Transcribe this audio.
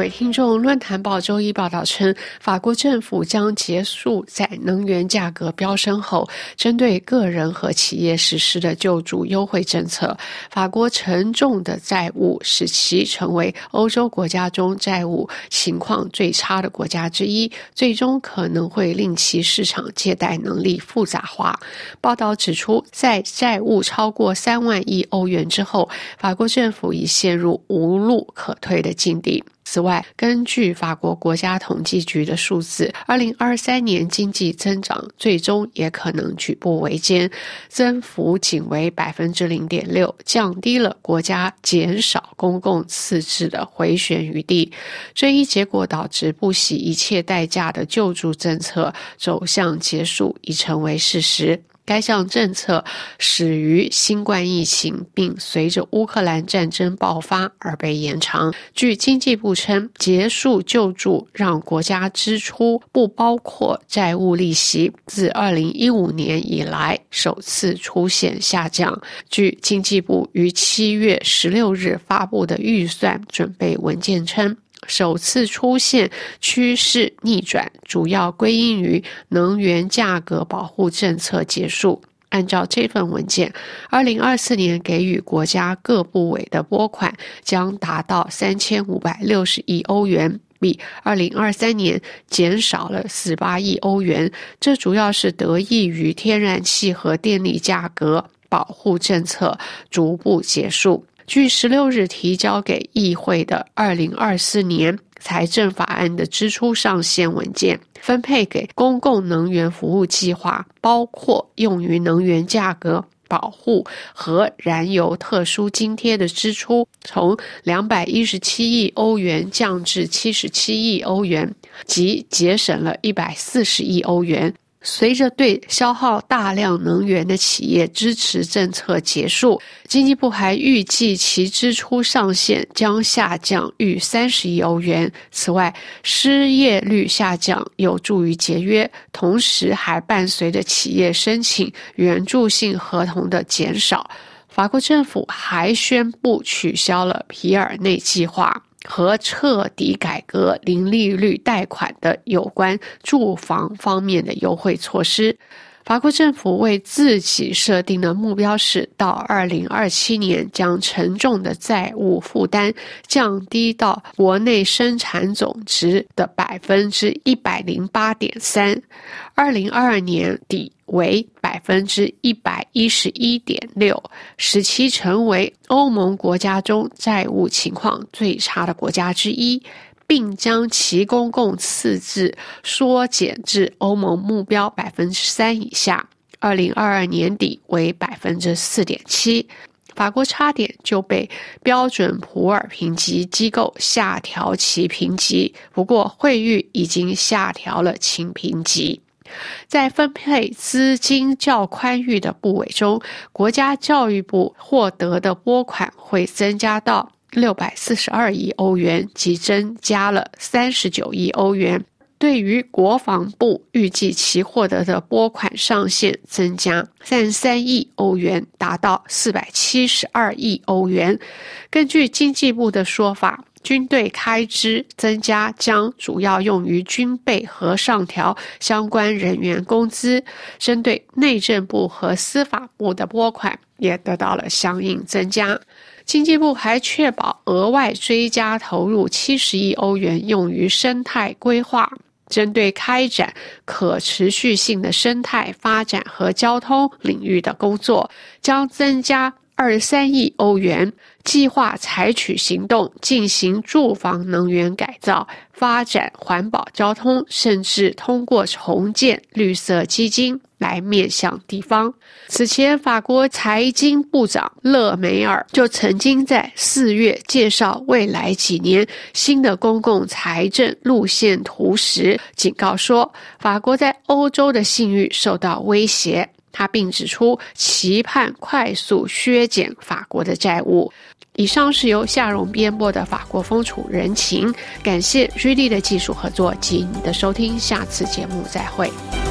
位听众，论坛报周一报道称，法国政府将结束在能源价格飙升后针对个人和企业实施的救助优惠政策。法国沉重的债务使其成为欧洲国家中债务情况最差的国家之一，最终可能会令其市场借贷能力复杂化。报道指出，在债务超过3万亿欧元之后，法国政府已陷入无路可退的境地。此外，根据法国国家统计局的数字，2023年经济增长最终也可能举步维艰，增幅仅为 0.6%， 降低了国家减少公共赤字的回旋余地。这一结果导致不惜一切代价的救助政策走向结束已成为事实。该项政策始于新冠疫情，并随着乌克兰战争爆发而被延长。据经济部称，结束救助让国家支出不包括债务利息自2015年以来首次出现下降。据经济部于7月16日发布的预算准备文件称，首次出现趋势逆转，主要归因于能源价格保护政策结束。按照这份文件，2024年给予国家各部委的拨款将达到3560亿欧元，比2023年减少了48亿欧元。这主要是得益于天然气和电力价格保护政策逐步结束。据16日提交给议会的2024年财政法案的支出上限文件，分配给公共能源服务计划，包括用于能源价格保护和燃油特殊津贴的支出，从217亿欧元降至77亿欧元，即节省了140亿欧元。随着对消耗大量能源的企业支持政策结束，经济部还预计其支出上限将下降逾30亿欧元。此外，失业率下降有助于节约，同时还伴随着企业申请援助性合同的减少。法国政府还宣布取消了皮尔内计划和彻底改革零利率贷款的有关住房方面的优惠措施。法国政府为自己设定的目标是，到2027年将沉重的债务负担降低到国内生产总值的 108.3%， 2022年底为 111.6%， 使其成为欧盟国家中债务情况最差的国家之一，并将其公共赤字缩减至欧盟目标 3% 以下，2022年底为 4.7%。法国差点就被标准普尔评级机构下调其评级，不过惠誉已经下调了其评级。在分配资金较宽裕的部委中，国家教育部获得的拨款会增加到642亿欧元，即增加了39亿欧元。对于国防部，预计其获得的拨款上限增加33亿欧元，达到472亿欧元。根据经济部的说法，军队开支增加将主要用于军备和上调相关人员工资，针对内政部和司法部的拨款也得到了相应增加。经济部还确保额外追加投入70亿欧元用于生态规划，针对开展可持续性的生态发展和交通领域的工作，将增加23亿欧元，计划采取行动进行住房能源改造，发展环保交通，甚至通过重建绿色基金来面向地方。此前，法国财经部长勒梅尔就曾经在4月介绍未来几年新的公共财政路线图时，警告说法国在欧洲的信誉受到威胁。他并指出，期盼快速削减法国的债务。以上是由夏蓉编播的法国风土人情，感谢 Judy 的技术合作及你的收听，下次节目再会。